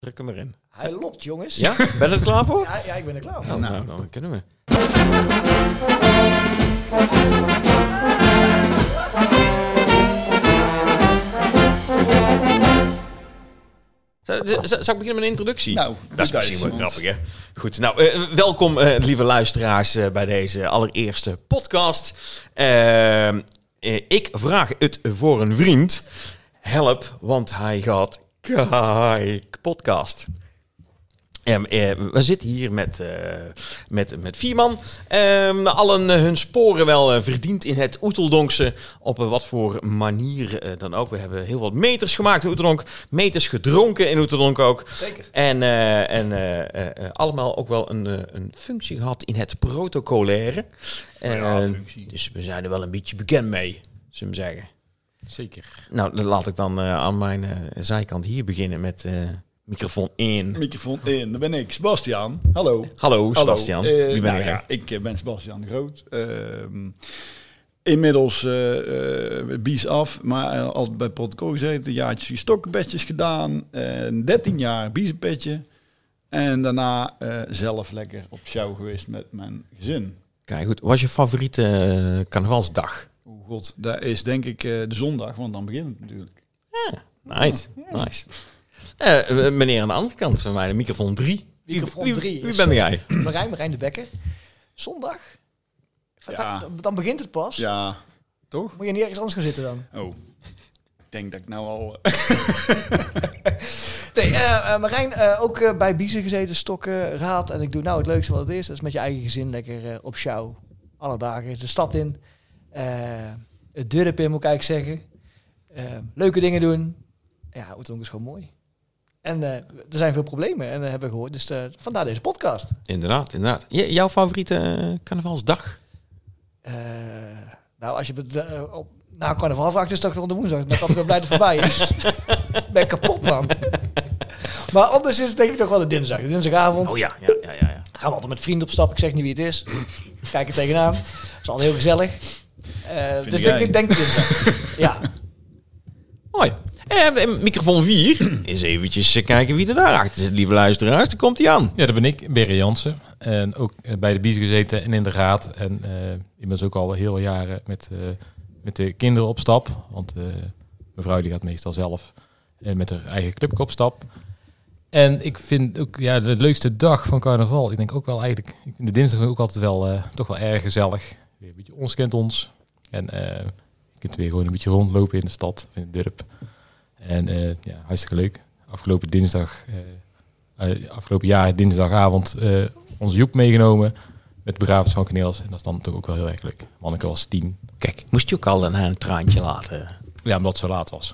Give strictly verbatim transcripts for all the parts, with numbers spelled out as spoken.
Druk hem erin. Hij loopt, jongens. Ja? Ben je er klaar voor? Ja, ja ik ben er klaar voor. Oh, nou, dan kunnen we. Zou ik beginnen met een introductie? Nou, dat is misschien wel grappig, hè? Goed, nou, uh, welkom, uh, lieve luisteraars, uh, bij deze allereerste podcast. Uh, uh, ik vraag het voor een vriend. Help, want hij gaat kijk podcast. Um, uh, we zitten hier met, uh, met, met vier man. Um, allen uh, hun sporen wel uh, verdiend in het Oeteldonkse. Op uh, wat voor manier uh, dan ook. We hebben heel wat meters gemaakt in Oeteldonk. Meters gedronken in Oeteldonk ook. Zeker. En, uh, en uh, uh, allemaal ook wel een, uh, een functie gehad in het protocolaire. Uh, ja, functie. Dus we zijn er wel een beetje bekend mee, zullen we zeggen. Zeker. Nou, dan laat ik dan uh, aan mijn uh, zijkant hier beginnen met... Uh, Microfoon één. Microfoon één, daar ben ik, Sebastiaan. Hallo. Hallo, Sebastiaan. Hallo. Uh, Wie ben nou, jij? Ja, ik ben Sebastiaan de Groot. Uh, inmiddels uh, uh, bies af, maar uh, altijd bij protocol gezeten. Jaartjes stokkenbedjes gedaan. Uh, dertien jaar biezenpetje. En daarna uh, zelf lekker op show geweest met mijn gezin. Kijk, goed. Wat was je favoriete uh, carnavalsdag? Oh god, dat is denk ik uh, de zondag, want dan begint het natuurlijk. Ja, nice, ja. nice. Uh, meneer aan de andere kant van mij, de microfoon drie. Microfoon drie. Wie, wie ben jij? Marijn, Marijn de Bekker. Zondag? Ja. Dan, dan begint het pas. Ja, toch? Moet je niet ergens anders gaan zitten dan? Oh, ik denk dat ik nou al... nee, uh, uh, Marijn, uh, ook uh, bij Biezen gezeten, stokken, raad. En ik doe nou het leukste wat het is. Dat is met je eigen gezin lekker uh, op show. Alle dagen de stad in. Uh, het dorp in, moet ik eigenlijk zeggen. Uh, leuke dingen doen. Ja, Oeteldonk is gewoon mooi. En uh, er zijn veel problemen en dat hebben we gehoord. Dus uh, vandaar deze podcast. Inderdaad, inderdaad. J- jouw favoriete uh, carnavalsdag? Uh, nou, als je uh, op, na carnaval vraagt, is het toch de woensdag. Dan ben ik altijd wel blij dat het voorbij is. Ben ik kapot, man. Maar anders is het denk ik toch wel de dinsdag. De dinsdagavond. Oh ja, ja, ja, ja, ja. Gaan we altijd met vrienden op stap. Ik zeg niet wie het is. Kijk er tegenaan. Het is al heel gezellig. Uh, dus denk, ik denk dinsdag. Ja. Mooi. En microfoon vier is eventjes kijken wie er daarachter zit, lieve luisteraars. Daar komt hij aan. Ja, dat ben ik, Berry Jansen. En ook bij de Biezen gezeten en in de raad. En uh, inmiddels ook al heel jaren met, uh, met de kinderen op stap. Want uh, mevrouw die gaat meestal zelf uh, met haar eigen clubje op stap. En ik vind ook ja, de leukste dag van carnaval. Ik denk ook wel eigenlijk, ik vind de dinsdag ook altijd wel uh, toch wel erg gezellig. Weer een beetje ons kent ons. En uh, je kunt weer gewoon een beetje rondlopen in de stad, in het dorp. En uh, ja, hartstikke leuk. Afgelopen dinsdag, uh, uh, afgelopen jaar dinsdagavond uh, onze Joep meegenomen met de begrafenis van Cornelis. En dat is dan toch ook wel heel erg leuk. Manneke was tien. Kijk, moest je ook al een, een traantje laten? Ja, omdat het zo laat was.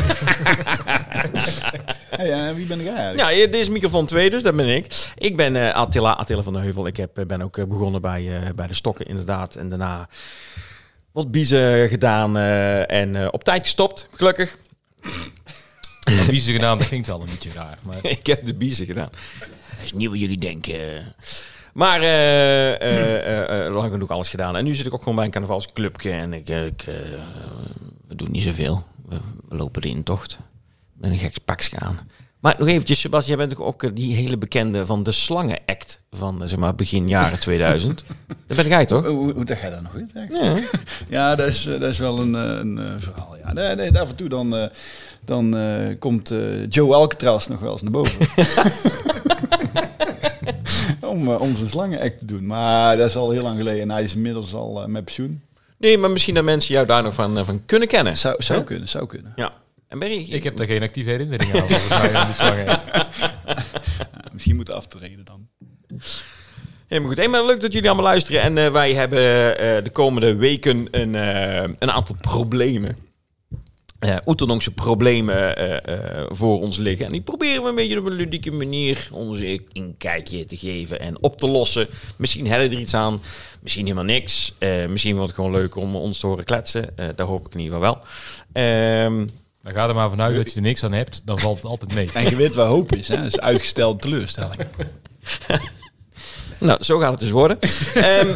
Hey, uh, wie ben jij eigenlijk? Ja, dit is microfoon twee dus, dat ben ik. Ik ben uh, Attila, Attila van de Heuvel. Ik heb, ben ook uh, begonnen bij, uh, bij de stokken inderdaad. En daarna wat biezen gedaan uh, en uh, op tijd gestopt, gelukkig. De biezen gedaan, dat klinkt wel een beetje raar. Maar... ik heb de biezen gedaan. Dat is niet wat jullie denken. Maar uh, uh, uh, uh, lang genoeg alles gedaan. En nu zit ik ook gewoon bij een carnavalsclubje. En ik, ik, uh, we doen niet zoveel. We, we lopen de intocht. Met een gek pakje aan. Maar nog eventjes, Sebastian, jij bent toch ook die hele bekende van de Slangen-act van zeg maar, begin jaren tweeduizend. Dat ben jij toch? Hoe, hoe dat jij dat nog weet? Ja, ja dat, is, dat is wel een, een, een verhaal. Ja. Nee, nee, af en toe dan, uh, dan uh, komt uh, Joe Alcatraz nog wel eens naar boven. om, uh, om zijn Slangen-act te doen. Maar dat is al heel lang geleden en hij is inmiddels al uh, met pensioen. Nee, maar misschien dat mensen jou daar nog van, uh, van kunnen kennen. Zou, zou kunnen, zou kunnen. Ja. En ben je... Ik heb daar geen actieve herinneringen aan. Als het mij aan de Slangen heet. Ja, misschien moeten aftreden dan. Helemaal goed. Hey, maar leuk dat jullie allemaal luisteren. En uh, wij hebben uh, de komende weken een, uh, een aantal problemen. Uh, Oeteldonkse problemen uh, uh, voor ons liggen. En die proberen we een beetje op een ludieke manier ons een kijkje te geven en op te lossen. Misschien hebben we er iets aan, misschien helemaal niks. Uh, misschien wordt het gewoon leuk om ons te horen kletsen. Uh, daar hoop ik in ieder geval wel. Um, Dan ga er maar vanuit dat je er niks aan hebt, dan valt het altijd mee. En je weet waar hoop is, hè? Dat is uitgestelde teleurstelling. Nou, zo gaat het dus worden. um,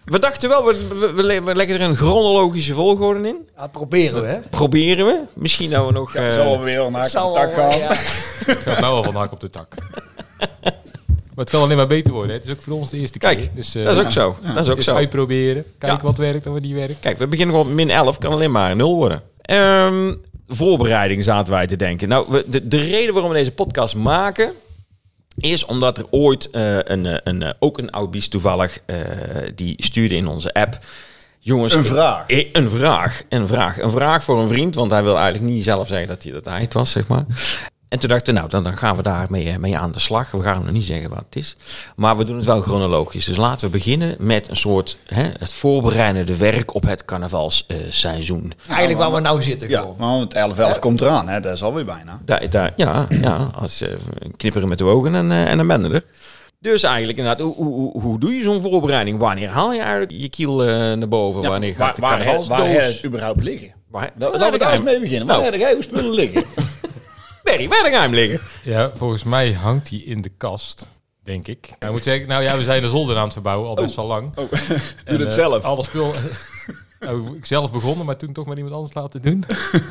We dachten wel, we, we, we, we leggen er een chronologische volgorde in. Ja, proberen we, hè? Proberen we. Misschien dat we nog... Ja, uh, zal weer een haak op de tak gaan. Ja. Het gaat nou al van hak op de tak. Maar het kan alleen maar beter worden. Hè. Het is ook voor ons de eerste Kijk, keer. Dus, uh, dat is ook zo. Ja. Dat is ook dus zo. uitproberen. Kijken Ja. wat werkt en wat niet werkt. Kijk, we beginnen gewoon met min elf. Kan alleen maar nul worden. Um, voorbereiding zaten wij te denken. Nou, we, de, de reden waarom we deze podcast maken... is omdat er ooit uh, een, een, een, ook een oud-bies toevallig... Uh, die stuurde in onze app... Jongens, Een vraag. Een, een vraag. Een vraag. Een vraag voor een vriend. Want hij wil eigenlijk niet zelf zeggen dat hij, dat hij het was, zeg maar. En toen dachten we, nou, dan, dan gaan we daarmee mee aan de slag. We gaan hem nog niet zeggen wat het is. Maar we doen het wel chronologisch. Dus laten we beginnen met een soort... Hè, het voorbereidende werk op het carnavalsseizoen. Uh, Eigenlijk waar we nou zitten. Ja, gewoon. want elf elf komt eraan, hè? Dat is alweer bijna. daar, daar, ja, ja, als uh, knipperen met de ogen en, uh, en dan ben je er. Dus eigenlijk inderdaad, hoe, hoe, hoe doe je zo'n voorbereiding? Wanneer haal je eigenlijk je kiel uh, naar boven? Ja, Wanneer waar, gaat de waar, carnavalsdoos? waar heb je het überhaupt liggen? Waar, Laten waar we daar eens mee beginnen. Waar Nou. heb jij uw spullen liggen? Berry, waar ga je hem liggen? Ja, volgens mij hangt hij in de kast, denk ik. Nou, ik moet zeggen, nou ja, we zijn de zolder aan het verbouwen, al best wel lang. Oh, En, doe het uh, zelf. Alle spul... nou, ik zelf begonnen, maar toen toch maar iemand anders laten doen.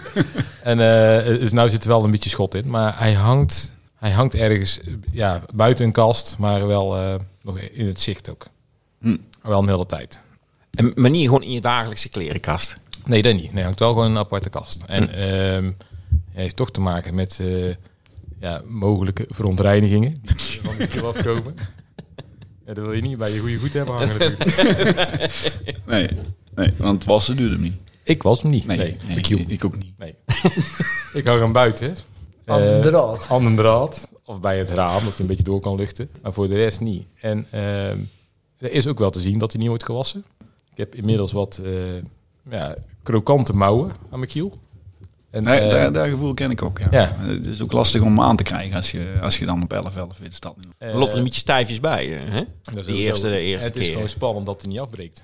en uh, dus nou zit er wel een beetje schot in. Maar hij hangt, hij hangt ergens ja, buiten een kast, maar wel uh, nog in het zicht ook. Hm. Wel een hele tijd. En manier gewoon in je dagelijkse klerenkast. Nee, dat niet. Nee, hij hangt wel gewoon in een aparte kast. En hm. uh, hij heeft toch te maken met uh, ja, mogelijke verontreinigingen die van die keel afkomen. Ja, dat wil je niet bij je goede goed hebben hangen natuurlijk. Nee, nee, want wassen duurt hem niet. Ik was hem niet. Nee, Nee, nee, ik hield ik ook niet. Nee. Ik hou hem buiten. Aan de draad. Aan de draad. Of bij het raam, dat hij een beetje door kan luchten. Maar voor de rest niet. En uh, er is ook wel te zien dat hij niet wordt gewassen. Ik heb inmiddels wat uh, ja, krokante mouwen aan mijn kiel. En, Nee, uh, daar, daar gevoel ken ik ook, ja. Ja. Het is ook lastig om aan te krijgen als je, als je dan op elf elf weer de stad in. uh, Lot er een beetje stijfjes bij, uh, hè? dat is Die ook eerste, zo. de eerste Het is keer. gewoon spannend dat hij niet afbreekt.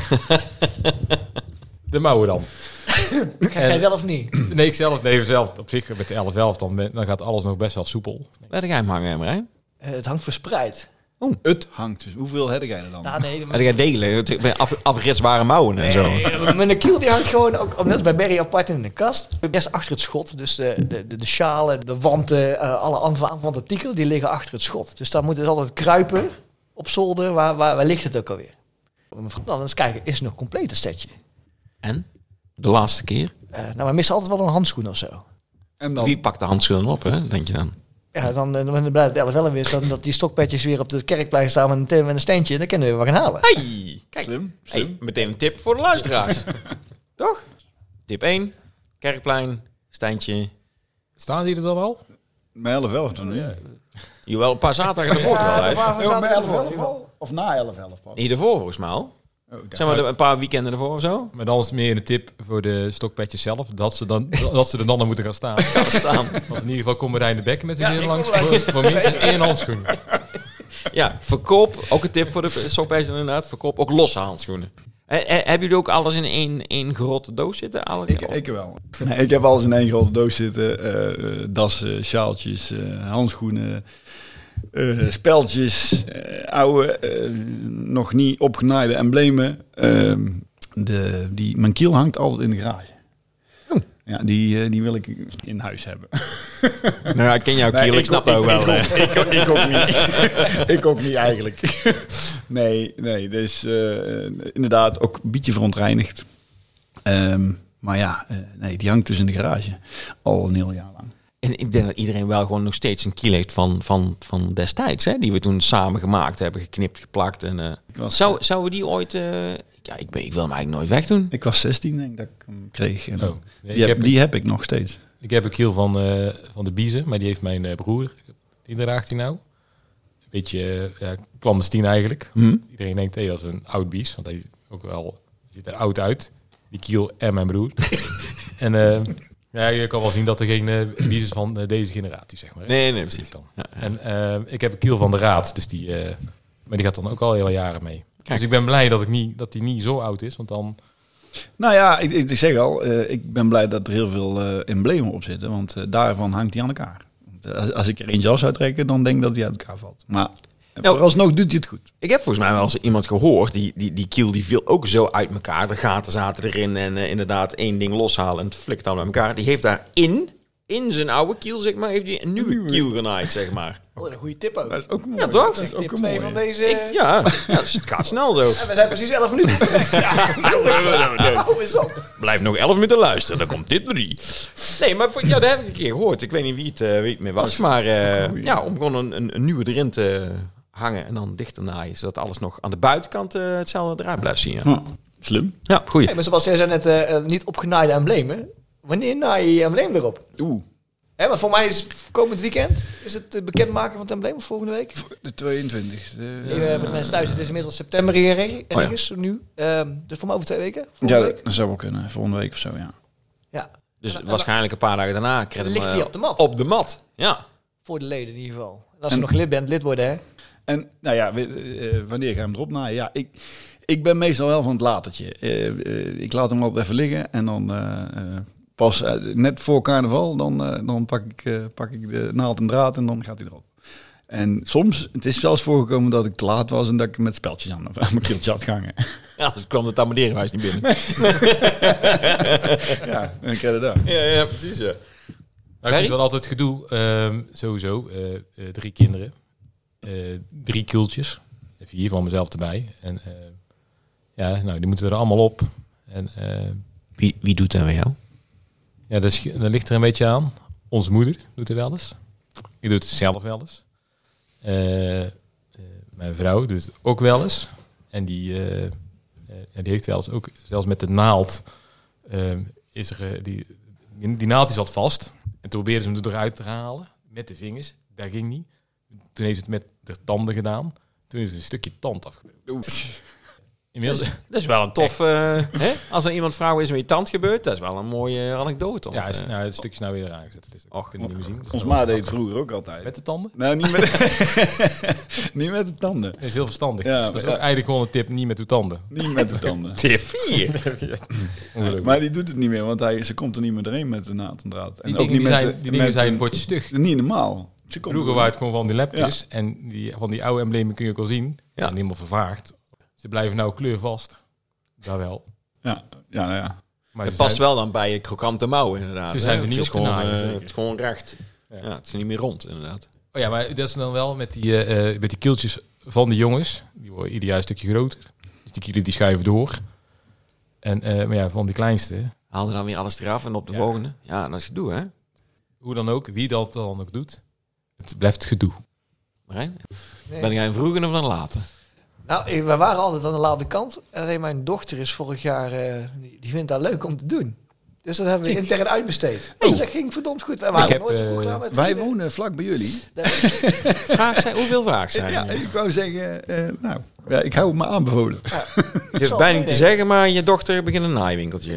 De mouwen dan. Jij zelf niet. Nee, ik zelf, nee, zelf op zich met de elf elf, dan, ben- dan gaat alles nog best wel soepel. Waar ga je hem hangen, Marijn? Uh, het hangt verspreid. Het hangt dus. Hoeveel heb jij er dan? Ja, nee, Waar ga je delen? Bij af, afritsbare mouwen en zo. Nee, mijn kiel die hangt gewoon ook, ook net als bij Berry apart in de kast. Best achter het schot. Dus de, de, de, de schalen, de wanten, uh, alle aanvallende artikelen, die liggen achter het schot. Dus daar moet het altijd kruipen op zolder. Waar, waar, waar ligt het ook alweer? Dan eens kijken, is het nog compleet een setje? En? De laatste keer? Uh, nou, we missen altijd wel een handschoen of zo. En dan? Wie pakt de handschoenen op, hè? Denk je dan? Ja, dan, dan ben ik blij dat het elf elf is. Dat, dat die stokpetjes weer op de kerkplein staan met een, met een steentje. En dan kunnen we weer gaan halen. Hey, kijk. Slim, Hey, slim. meteen een tip voor de luisteraars. Toch? Tip één. Kerkplein, Stijntje. Staan die er dan al? Met elf elf toen, ja. Jawel, een paar zaterdagen ervoor ja, wel uit. Ja, met elf elf al? Of na elf elf pas? Niet ervoor volgens mij al. Oh, ik dacht- Zijn we er een paar weekenden ervoor of zo? Maar dan is het meer een tip voor de stokpetjes zelf. Dat ze, dan, dat ze er dan aan moeten gaan staan. Staan. Want in ieder geval komen Rijn de Bekken met Ja, zijn ik heel langs kom voor, voor minstens één handschoen. Ja, verkoop, ook een tip voor de stokpijs inderdaad. Verkoop ook losse handschoenen. En, en, hebben jullie ook alles in één, één grote doos zitten? Alle, Ik, ik wel. Nee, ik heb alles in één grote doos zitten. Uh, uh, dassen, sjaaltjes, uh, handschoenen, uh, speldjes, uh, oude, uh, nog niet opgenaaide emblemen. Uh, de, die, mijn kiel hangt altijd in de garage. Oh. Ja, die, uh, die wil ik in huis hebben. Nou ja, ik ken jouw kiel, Nee, ik snap dat ook wel. Ik, hè. ik, ik, ik ook niet. Ik ook niet eigenlijk. Nee, nee. Dus uh, inderdaad ook een beetje verontreinigd. Um, maar ja, uh, nee, die hangt dus in de garage. Al een heel jaar lang. En ik denk dat iedereen wel gewoon nog steeds een kiel heeft van, van, van destijds. Hè? Die we toen samen gemaakt hebben, geknipt, geplakt. En, uh, Ik was, zou, zouden we die ooit... Uh, ja, ik, ben, ik wil hem eigenlijk nooit wegdoen. ik was zestien, denk ik, dat ik hem kreeg. En Oh, nee, die, ik, heb, heb, die heb ik nog steeds. ik heb een kiel van, uh, van de Biezen, maar die heeft mijn uh, broer. Die draagt hij nou. Een beetje uh, ja, clandestien eigenlijk. Hm? Iedereen denkt, hé, hey, dat is een oud bies. Want hij ziet ook wel, ziet er oud uit. Die kiel en mijn broer. en uh, ja, je kan wel zien dat er geen uh, bies is van uh, deze generatie, zeg maar. Nee, nee, precies. Dan. Ja, ja. En uh, ik heb een kiel van de Raad, dus die, uh, maar die gaat dan ook al heel jaren mee. Kijk. Dus ik ben blij dat ik niet, dat die niet zo oud is, want dan... Nou ja, ik, ik zeg al, uh, ik ben blij dat er heel veel uh, emblemen op zitten. Want uh, daarvan hangt die aan elkaar. Want, uh, als, als ik er eentje af zou trekken, dan denk ik dat die uit elkaar valt. Maar En Nou, vooralsnog doet hij het goed. Ik heb volgens mij wel eens iemand gehoord, die, die, die kiel die viel ook zo uit elkaar. De gaten zaten erin en uh, inderdaad één ding loshalen en het flikt dan met elkaar. Die heeft daarin, in zijn oude kiel, zeg maar, heeft hij een nieuwe, nieuwe. kiel genaaid, zeg maar. Oh, een goede tip ook. Dat is ook mooi. Ja, toch? Dat Dat is is ook tip een twee mooie. van deze. Ik, ja, ja dus het gaat snel zo. En we zijn precies elf minuten. ja, oh, is op. Blijf nog elf minuten luisteren, dan komt dit drie. Nee, maar voor, ja, dat heb ik een keer gehoord. Ik weet niet wie het, uh, wie het meer was. Maar uh, ja, om gewoon een, een, een nieuwe erin te hangen en dan dichter naaien. Zodat alles nog aan de buitenkant uh, hetzelfde eruit blijft zien. Ja, Hm, slim. ja goeie. Hey, maar zoals jij zei net, uh, niet opgenaaide emblemen. Wanneer naai je je embleem erop? Oeh, Hè, want voor mij is komend weekend is het uh, bekendmaken van het embleem of volgende week. de tweeëntwintigste. Uh, uh, voor de mensen thuis, het is inmiddels september hier erg- ergens oh, nu. Um, dus voor mij over twee weken. Ja, Volgende week. dat zou wel kunnen. Volgende week of zo, ja. Ja. Dus En- en- waarschijnlijk een paar dagen daarna krijg je ligt hem, hij uh, op de mat. Op de mat, ja. Voor de leden in ieder geval. En als En- je nog lid bent, lid worden hè. En nou ja, we- uh, wanneer ga je hem erop naaien? Ja, ik, ik ben meestal wel van het latertje. Uh, uh, ik laat hem altijd even liggen en dan uh, uh, pas uh, net voor carnaval, dan, uh, dan pak, ik, uh, pak ik de naald en draad en dan gaat hij erop. En soms, het is zelfs voorgekomen dat ik te laat was en dat ik met speltjes aan, aan mijn kieltje had gehangen. Ja, dus kwam het Tamaderenhuis niet binnen. Ja, en ik krijg het daar. Ja, ja, precies, ja. Nou, ik Barry? vind wel altijd gedoe. ehm, sowieso, eh, eh, drie kinderen. eh, drie kieltjes. Vier van mezelf erbij. En eh, ja, nou, die moeten er allemaal op. En eh, Wie, wie doet dat bij jou? ja, dat, is, dat ligt er een beetje aan. Onze moeder doet het wel eens. Ik doe het zelf wel eens. Eh, eh, mijn vrouw doet het ook wel eens. En die, eh, eh, die heeft wel eens ook, zelfs met de naald, eh, is er, eh, die, die, die naald die zat vast. En toen probeerde ze hem eruit te halen met de vingers. Dat ging niet. Toen heeft ze het met de tanden gedaan. Toen is er een stukje tand afgebroken. Inmiddels, Dat is wel een tof... Uh, hè? Als er iemand vrouw is met je tand gebeurt, dat is wel een mooie anekdote. ja, want, is, uh, nou, het stukje is nou weer eraan gezet. Dus dat Och, kun je niet meer zien. Dus Ons dat ma is deed wel het vroeger ook altijd. met de tanden. Nou, niet met, niet met de tanden. Dat is heel verstandig. Ja, dat is ja. ook eigenlijk gewoon een tip, niet met uw tanden. Niet met de tanden. T vier. Ongelooflijk. Maar die doet het niet meer, want hij, ze komt er niet meer doorheen met de naald en draad. En Die ook dingen, niet die met zijn, de- die dingen met zijn een- voor het stug. Niet normaal. Ze komt Vroeger er- waren het gewoon van die lepjes. En die, van die oude emblemen kun je ook al zien. Ja. En helemaal vervaagd. Ze blijven nou kleurvast. Dat wel. Ja, ja, nou ja. Maar Het ze past zijn- wel dan bij je krokante mouw, inderdaad. Ze hè? zijn er Het niet is op te gewoon, naaien, uh, zeker. Het is gewoon recht. Ja. Ja. Het is niet meer rond, inderdaad. Oh ja, maar dat is dan wel met die, eh, eh, met die kieltjes van de jongens. Die worden ieder jaar een stukje groter. Dus die kielen die schuiven door. En, eh, maar ja, van die kleinste, Haal er dan weer alles eraf en op de Ja. volgende. Ja, dat is gedoe, hè? hoe dan ook, wie dat dan ook doet, het blijft gedoe. Marijn? Nee. Ben jij een vroeger of een later? Nou, ik- we waren altijd aan de late kant. Alleen mijn dochter is vorig jaar, uh, die, die vindt dat leuk om te doen. Dus dat hebben we intern uitbesteed. Hey, dat ging verdomd goed. Wij waren heb, nooit zo vroeg uh, klaar met Wij trainen. wonen vlak bij jullie. Vraag zijn, hoeveel vraag zijn? Ja, ik wou zeggen, eh, nou, ja, ik hou het me aanbevolen. Je hebt bijna niet te zeggen, maar je dochter begint een naaiwinkeltje.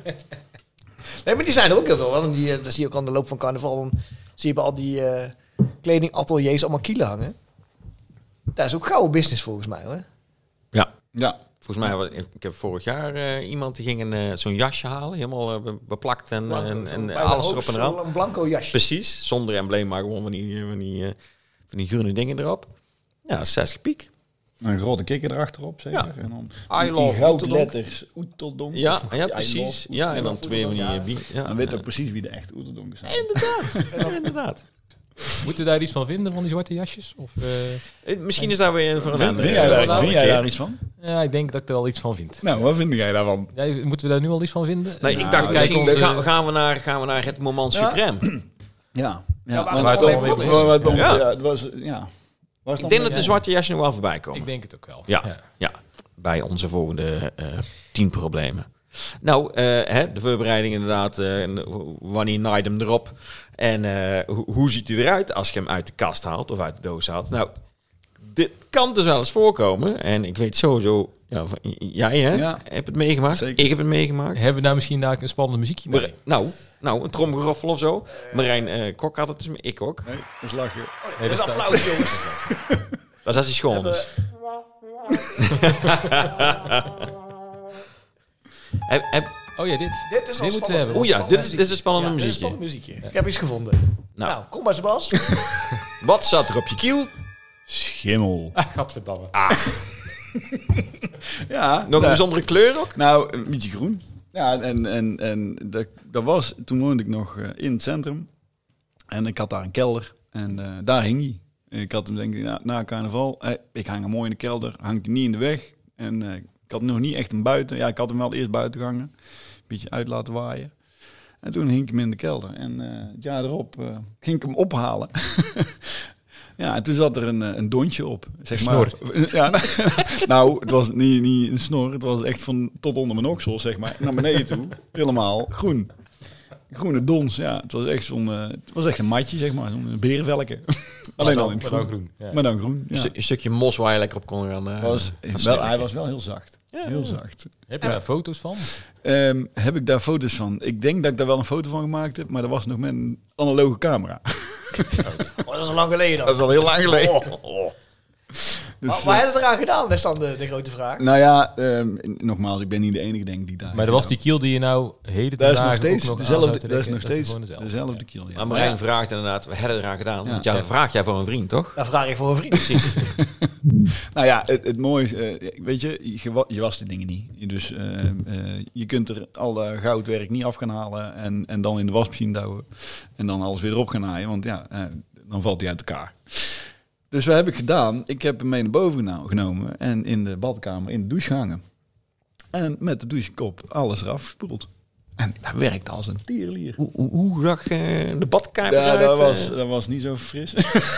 Nee, maar die zijn er ook heel veel. Want die, uh, dat zie je ook aan de loop van carnaval. Dan zie je bij al die uh, kledingateliers allemaal kielen hangen. Dat is ook gouden business volgens mij, hoor. Ja. Ja, Volgens mij, wa- ik heb vorig jaar uh, iemand die ging een, uh, zo'n jasje halen. Helemaal uh, be- beplakt en, Blanco, en, zo en bij de alles hoofd, erop en eraan. zo Een blanco jasje. Precies, zonder embleem, maar gewoon van die, van die, uh, van die groene dingen erop. Ja, zestig piek. een grote kikker erachterop, zeker. Ja. En dan I die love goudletters, Oeteldonk. Ja, Of ja I precies. love Ja, en dan Oeteldonk, twee van die... ja. uh, bi- ja, Dan weet ja. ook precies wie de echte Oeteldonk zijn. Inderdaad, inderdaad. Moeten we daar iets van vinden, van die zwarte jasjes? Of, eh, Eh, Misschien is daar weer een voor een Vind, andere- vind jij, een daar, andere vind jij keer. daar iets van? ja, ik denk dat ik er wel iets van vind. Nou, wat vind jij daarvan? Ja, moeten we daar nu al iets van vinden? Nee, Nou, ik dacht, kijk, misschien onze- gaan, gaan, we naar, gaan we naar het moment Ja. suprême. Ja, Ja, want- waar het allemaal mee waar- begonnen waar het om- Ja. ja, het was, ja. Was Ik dan denk met- dat de zwarte jasje nog wel voorbij komen. Ik denk het ook wel. Ja. Ja, bij onze volgende uh, tien problemen. Nou, uh, hè, de voorbereiding inderdaad. Uh, en wanneer naait hem erop? En uh, ho- hoe ziet hij eruit als je hem uit de kast haalt of uit de doos haalt? Nou, dit kan dus wel eens voorkomen. En ik weet sowieso... Ja, van, jij hè, Ja. hebt het meegemaakt. Zeker. Ik heb het meegemaakt. Hebben we daar misschien daar een spannend muziekje Maar, bij? nou, nou, een tromgeroffel of zo. Marijn uh, Kok had het dus, maar ik ook. Nee, dat is lachen. Nee, Dat is dat staat- applaus, jongens. Dat is als hij schoon is. Heb, heb, Oh ja, dit. Dit is al Dit moeten we hebben. oh ja, dit is, dit is een spannende Ja, dit is muziekje. spannend muziekje. Ik heb iets gevonden. Nou, Nou. kom maar, Sebas. Wat zat er op je kiel? Schimmel. Ah, gadverdamme. Ja, Nog een nou, bijzondere kleur ook? Nou, een beetje groen. Ja, en, en, en dat, dat was, toen woonde ik nog uh, in het centrum. En ik had daar een kelder. En uh, daar hing hij. Ik had hem denk ik na, na carnaval. Hey, ik hang hem mooi in de kelder. Hangt hij niet in de weg. En uh, ik had nog niet echt een buiten. Ja, ik had hem wel eerst buiten gehangen. Een beetje uit laten waaien. En toen hing ik hem in de kelder. En uh, het jaar erop uh, ging ik hem ophalen. Ja, en toen zat er een, een donsje op. Zeg maar. Ja, nou, het was niet, niet een snor. Het was echt van tot onder mijn oksel, zeg maar. Naar beneden toe. Helemaal groen. Groene dons, ja. Het was echt zo'n... Uh, het was echt een matje, zeg maar. Zo'n berenvelken. Alleen al in het groen. groen. Ja. Maar dan groen, ja. Een, stu- een stukje mos waar je lekker op kon gaan. Uh, was, gaan wel, hij was wel heel zacht. Ja, heel ja. zacht. Heb je Ja. daar foto's van? Um, heb ik daar foto's van? Ik denk dat ik daar wel een foto van gemaakt heb. Maar dat was nog met een analoge camera. Oh, dat is al lang geleden dan. Dat is al heel lang geleden. Oh, oh. Dus, maar wat heb je eraan gedaan? Dat is dan de, de grote vraag. Nou ja, um, nogmaals, ik ben niet de enige denk die daar... Maar dat was die kiel die je nou heden Dat is dagen nog steeds ook nog dezelfde, aan zou te dat is denken. nog steeds gewoon dezelfde. dezelfde kiel. Ja. Maar Marijn vraagt inderdaad, we hebben eraan gedaan. Ja. Want ja, Ja. vraag jij voor een vriend, toch? Dan vraag ik voor een vriend. Precies. Nou ja, het, het mooie is, uh, weet je, je, wa- je was de dingen niet. Dus uh, uh, je kunt er al dat goudwerk niet af gaan halen en, en dan in de wasmachine douwen. En dan alles weer erop gaan naaien, want ja, uh, dan valt hij uit elkaar. Dus wat heb ik gedaan? Ik heb hem mee naar boven geno- genomen en in de badkamer in de douche gehangen. En met de douchekop alles eraf gespoeld. En dat werkte als een tierenlier. Hoe, hoe, hoe zag uh, de badkamer Ja, uit? dat was, uh? dat was niet zo fris.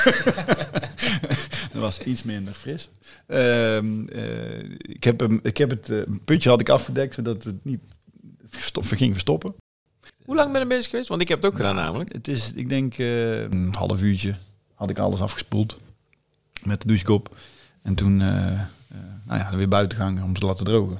Dat was iets minder fris. Um, uh, ik, heb hem, ik heb het uh, putje had ik afgedekt, zodat het niet verstop, ging verstoppen. Hoe lang ben je bezig geweest? Want ik heb het ook gedaan namelijk. Het is, ik denk, uh, een half uurtje had ik alles afgespoeld. Met de douchekop. En toen uh, uh, nou ja, er weer buiten gehangen om ze te laten drogen.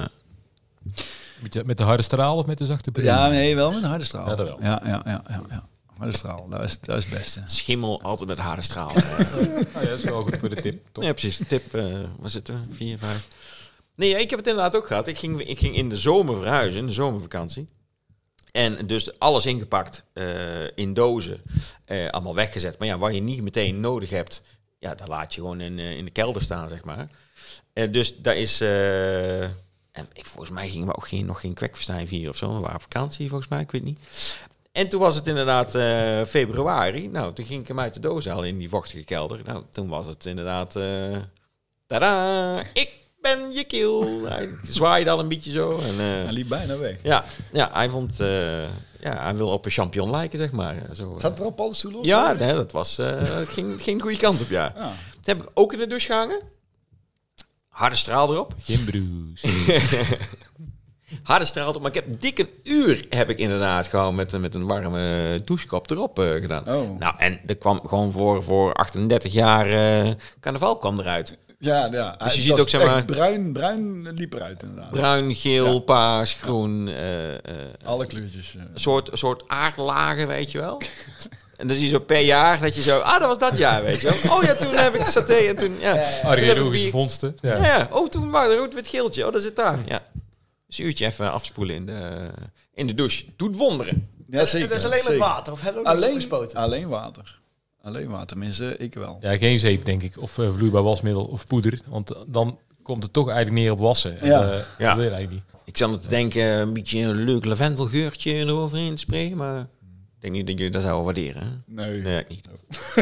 Met, je, met de harde straal of met de zachte bril? Ja, nee, wel met een harde straal. Ja, dat wel. Ja, ja, ja, ja, ja. Harde straal, dat is, dat is het beste. Schimmel altijd met harde straal. Oh ja, dat is wel goed voor de tip. Top. Ja, precies. Tip, uh, waar zitten we? Vier, vijf. Nee, ja, ik heb het inderdaad ook gehad. Ik ging, ik ging in de zomer verhuizen, in de zomervakantie. En dus alles ingepakt uh, in dozen. Uh, allemaal weggezet. Maar ja, wat je niet meteen nodig hebt, ja, dan laat je gewoon in, uh, in de kelder staan, zeg maar. Uh, dus daar is... Uh, en ik, volgens mij gingen we ook geen, nog geen kwekfestijn vieren of zo. We waren op vakantie, volgens mij. Ik weet niet. En toen was het inderdaad uh, februari. Nou, toen ging ik hem uit de doos halen in die vochtige kelder. Nou, toen was het inderdaad... Uh, tadaa! Ik ben je kiel. Hij zwaaide al een beetje zo. En, uh, Hij liep bijna weg. ja, ja, hij vond... Uh, ja, hij wil op een champion lijken, zeg maar. Zo, uh. Zat er al paddenstoelen op? Ja, nee, dat was... Uh, dat ging, ging de goede kant op, ja. Ja. Dat heb ik ook in de douche gehangen. Harde straal erop. Geen bruis. Harde straal erop. Maar ik heb dik een uur heb ik inderdaad gewoon met, met een warme douchekop erop uh, gedaan. Oh. Nou, en er kwam gewoon voor, voor achtendertig jaar uh, carnaval kwam eruit. Ja, ja. Dus je Het ziet was ook, zeg maar- echt Bruin, bruin liep eruit inderdaad. Bruin, geel, Ja. paars, groen. uh, uh, Alle kleurtjes. Uh. Een soort, soort aardlagen, weet je wel. En dan zie je zo per jaar dat je zo... Ah, dat was dat jaar, weet je wel. Oh ja, toen heb ik saté en toen... Ja, toen heb ik Archeologische bier- vondsten. Ja. Ja. ja. Oh, toen was er rood-wit geeltje. Oh, dat zit daar. Ja. Dus een uurtje even afspoelen in de, in de douche. Doet wonderen. Ja, zeker. Dat is alleen met zeker. water. Of heb je ook nog Alleen, gespoten? alleen water. Alleen water, tenminste, ik wel. Ja, geen zeep, denk ik. Of uh, vloeibaar wasmiddel of poeder. Want uh, dan komt het toch eigenlijk neer op wassen. En, Ja. uh, Ja. Dat wil je eigenlijk niet. Ik zat me te denken, een beetje een leuk lavendelgeurtje eroverheen sprayen. Maar ik denk niet dat jullie dat zouden waarderen. Hè? Nee. Nee, ik niet.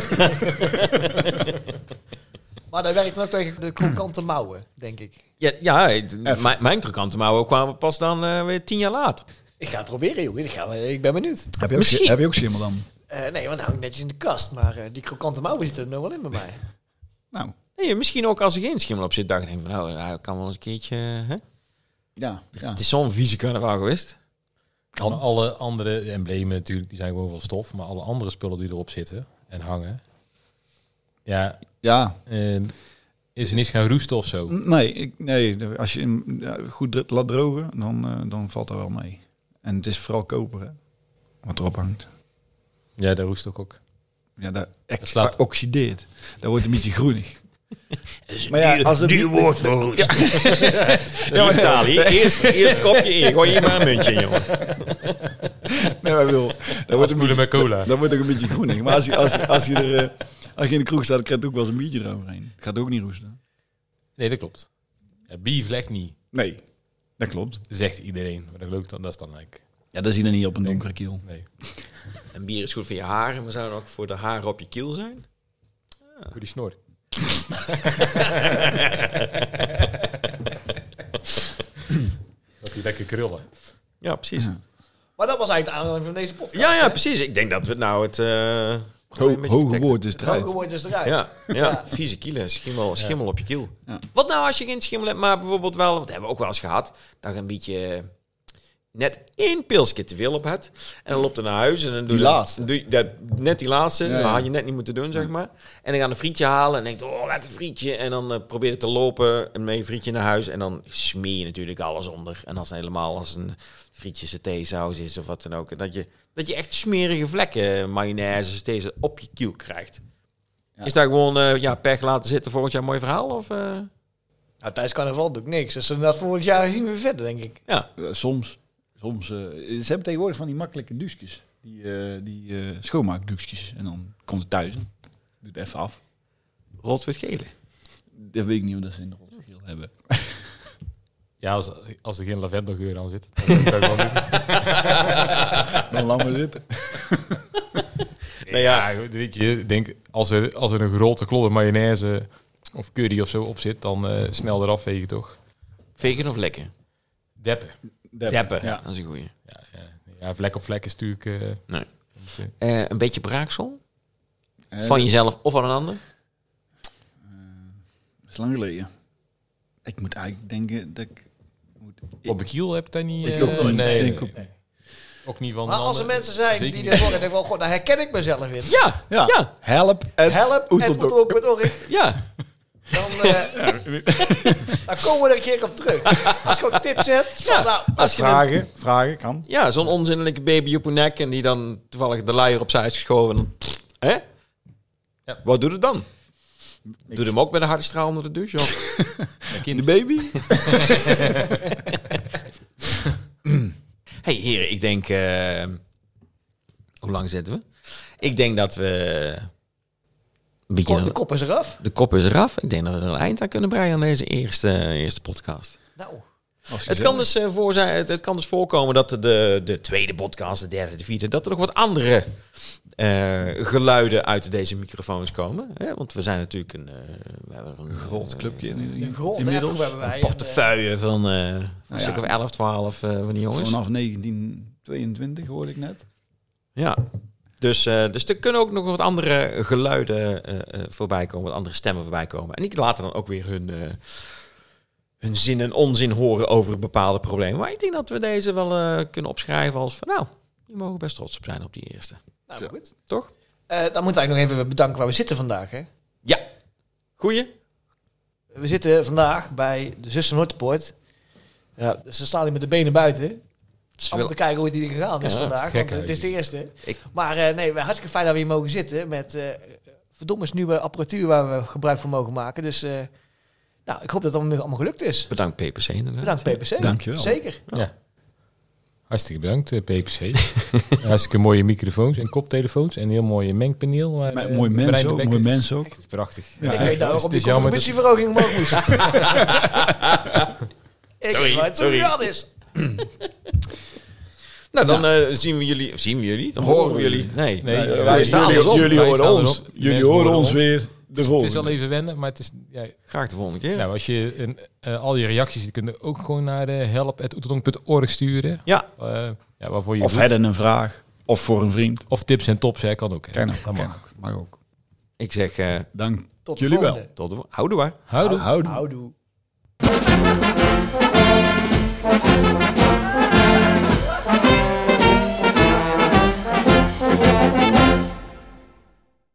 Maar dat werkt dan ook tegen de krokante mouwen, denk ik. Ja, ja het- mijn, mijn krokante mouwen kwamen pas dan uh, weer tien jaar later. Ik ga het proberen, jongens. Ik, ga, ik ben benieuwd. Heb je ook, Misschien. heb je ook schimmel dan? Uh, nee, want hij hangt netjes in de kast. Maar uh, die krokante mouwen zitten er nog wel in bij mij. Nou, Nee, misschien ook als er geen schimmel op zit, dacht ik van nou, hij kan wel eens een keertje... Hè? ja. ja. Het is zo'n vieze carnaval geweest. Kan alle andere emblemen natuurlijk, die zijn gewoon van stof. Maar alle andere spullen die erop zitten en hangen. Ja, Ja, uh, is er niks gaan roesten of zo? nee, ik, nee, als je hem ja, goed dr- laat drogen, dan, uh, dan valt dat wel mee. En het is vooral koper, hè, wat erop hangt. Ja, dat roest ook ook. Ja, dat, Dat dat slaat- oxideert. Dat wordt een beetje groenig. Maar ja, als het duur niet- woord voor roest. Ja, maar Italië. Eerst, eerst kopje in. Gooi je maar een muntje in, jongen. Nee, maar wil. Dat wordt een Afspoelen beetje, met cola. dat wordt ook een beetje groenig. Maar als je, als, je- als je er... eh, als je in de kroeg staat, krijg je ook wel eens een biertje eroverheen. Gaat ook niet roesten. Nee, dat klopt. Ja, bier vlekt niet, Nee, dat klopt. zegt iedereen. Maar dat geloof ik dan, dat is dan eigenlijk... Ja, dat zie je dan niet op een donkere kiel. Nee, En bier is goed voor je haren, maar zou het ook voor de haren op je kiel zijn? voor die snor. Dat die lekker krullen. Ja, precies. Ja. Maar dat was eigenlijk de aanleiding van deze podcast. Ja, ja, hè? precies. Ik denk dat we nou het... eh, Ho, een beetje hoge detecten. woord is Het eruit. hoge woord is eruit. Ja, ja. Ja. vieze kielen, schimmel, schimmel op je kiel. Ja. Wat nou als je geen schimmel hebt, maar bijvoorbeeld wel, wat hebben we ook wel eens gehad, dat je een beetje net één pilsje te veel op hebt. En dan loopt er naar huis en dan doe Die je laatste. Doe je dat, net die laatste, Ja, dat ja. had je net niet moeten doen, zeg maar. En dan gaan een frietje halen en denkt, oh, lekker frietje. En dan uh, probeer je te lopen en met je frietje naar huis. En dan smeer je natuurlijk alles onder. En als het helemaal als een frietje satésaus is of wat dan ook. Dat je, dat je echt smerige vlekken mayonaise saté op je kiel krijgt. Ja. Is daar gewoon uh, ja, pech laten zitten volgend jaar een mooi verhaal? Of, uh? Nou, tijdens carnaval doe ik niks. Dus dat volgend jaar zien we verder, denk ik. Ja. Uh, soms. soms uh, ze hebben tegenwoordig van die makkelijke douches. Die, uh, die uh, schoonmaakdouches. En dan komt het thuis. Doe het even af. Rood, wit, gele. Dat weet ik niet of dat ze in de roze geel hebben. Ja, als, als er geen lavendelgeur aan zit, dan moet ik dat gewoon doen. Dan lang maar zitten. Nee, ja, weet je, ik denk, als er, als er een grote klodder mayonaise of curry of zo op zit, dan uh, snel eraf vegen, toch? Vegen of lekken? Deppen. Deppen. Deppen, Ja. dat is een goeie. Ja, ja, ja, vlek op vlek is natuurlijk... Uh, Nee. uh, Uh, een beetje braaksel? Uh, Van jezelf of van een ander? Dat is lang geleden. Ik moet eigenlijk denken dat ik... Moet, op een kiel heb ik dat niet... Ik Uh, ook nooit. nee, Ik nee, ook nee. Ook niet van... Maar als er mannen. mensen zijn Zeker die niet. dit horen en denken van, god, daar herken ik mezelf in. Ja, Ja. ja, Help. at Help, oeteldok. het org. ja. Dan, uh, dan komen we er een keer op terug. Als je ook tips hebt. Ja. Nou, Als je een, Vragen, vragen kan. ja, zo'n onzinnelijke baby op je nek en die dan toevallig de luier opzij is geschoven. En, hè? Ja. Wat doet het dan? Doe hem ook met een harde straal onder de douche? Of? Een kind. De baby? Hey heren, ik denk... Uh, hoe lang zitten we? Ik denk dat we... Een beetje de kop is eraf. de kop is eraf. Ik denk dat we er een eind aan kunnen breien aan deze eerste, eerste podcast. Nou, Het kan, dus, uh, voor zijn, het, het kan dus voorkomen dat de, de, de tweede podcast, de derde, de vierde, dat er nog wat andere uh, geluiden uit deze microfoons komen. Hè? Want we zijn natuurlijk een, uh, we hebben een groot clubje in, in, een grond inmiddels. hebben wij. een portefeuille van uh, een ja. stuk of elf, twaalf uh, van die jongens. Vanaf negentien tweeëntwintig hoorde ik net. Ja, dus, uh, dus er kunnen ook nog wat andere geluiden uh, uh, voorbij komen, wat andere stemmen voorbij komen. En die laten dan ook weer hun... Uh, hun zin en onzin horen over bepaalde problemen. Maar ik denk dat we deze wel uh, kunnen opschrijven als van... nou, je mogen best trots op zijn op die eerste. Nou, maar goed. Toch? Uh, dan moeten wij nog even bedanken waar we zitten vandaag. Hè? Ja. Goeie. We zitten vandaag bij de Zuster Noorderpoort. Ja, dus ze staan hier met de benen buiten. Om wel... te kijken hoe het hier gegaan is Ja, vandaag. gek Want het is de uit. eerste. Ik... Maar uh, nee, hartstikke fijn dat we hier mogen zitten. Met uh, verdomme nieuwe apparatuur waar we gebruik van mogen maken. Dus... Uh, Nou, ik hoop dat het allemaal, allemaal gelukt is. Bedankt P P C inderdaad. Bedankt P P C. Dankjewel. Zeker. Ja. Ja. Hartstikke bedankt, uh, P P C. Hartstikke mooie microfoons en koptelefoons. En een heel mooi mengpaneel. Waar, Maar, uh, mooi Marijn mens de ook. Bekker- Mooi mens ook. Het is prachtig. Ja, ik echt. weet nou Het waarom is die jammer dat- contributieverhoging omhoog moest. ik Sorry, weet sorry. hoe het is. Nou, dan uh, zien we jullie... Of zien we jullie? Dan horen we jullie. Nee, Nee, wij, wij wij staan jullie, andersom. jullie Wij horen staan ons. erop. Jullie Mensen horen horen ons ons. weer de Het is volgende. al even wennen, maar het is... Ja, Graag de volgende keer. nou, als je een, uh, al je reacties, die kunnen ook gewoon naar de help at oeteldonk punt org sturen. Ja. Uh, ja, waarvoor je Of doet. hadden een vraag. Of voor een vriend. Of tips en tops, hè, kan ook. Hè. Kan ook. Dat Kan mag. ook. Mag ook. Ik zeg... Uh, Dank Tot de jullie wel. volgende. tot de volgende. Houdoe waar. Houdoe. Houdoe. Houdoe.